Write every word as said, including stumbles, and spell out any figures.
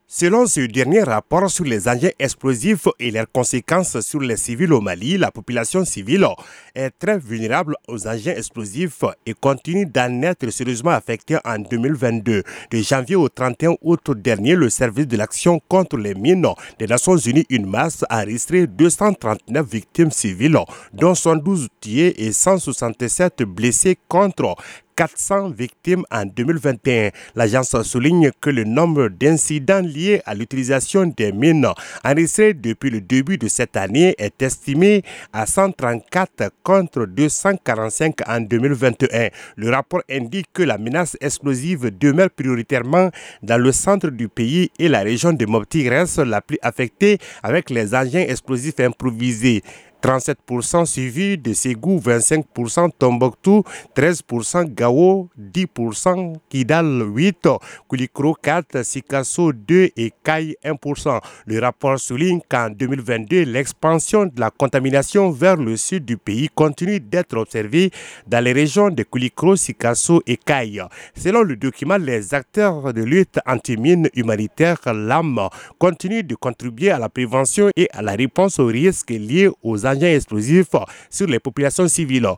Selon ce dernier rapport sur les engins explosifs et leurs conséquences sur les civils au Mali, la population civile est très vulnérable aux engins explosifs et continue d'en être sérieusement affectée en deux mille vingt-deux. De janvier au trente et un août dernier, le service de l'action contre les mines des Nations Unies, UNMAS, a enregistré deux cent trente-neuf victimes civiles, dont soixante-douze tués et cent soixante-sept blessés contre quatre cents victimes en deux mille vingt et un. L'agence souligne que le nombre d'incidents liés à l'utilisation des mines enregistrés depuis le début de cette année est estimé à cent trente-quatre contre deux cent quarante-cinq en deux mille vingt et un. Le rapport indique que la menace explosive demeure prioritairement dans le centre du pays et la région de Mopti reste la plus affectée avec les engins explosifs improvisés. trente-sept pour cent suivi de Ségou, vingt-cinq pour cent Tombouctou, treize pour cent Gao, dix pour cent Kidal, huit pour cent Koulikro, quatre pour cent Sikasso, deux pour cent et Kaye, un pour cent. Le rapport souligne qu'en deux mille vingt-deux, l'expansion de la contamination vers le sud du pays continue d'être observée dans les régions de Koulikro, Sikasso et Kaye. Selon le document, les acteurs de lutte anti-mine humanitaire, l'A M, continuent de contribuer à la prévention et à la réponse aux risques liés aux engins explosifs sur les populations civiles.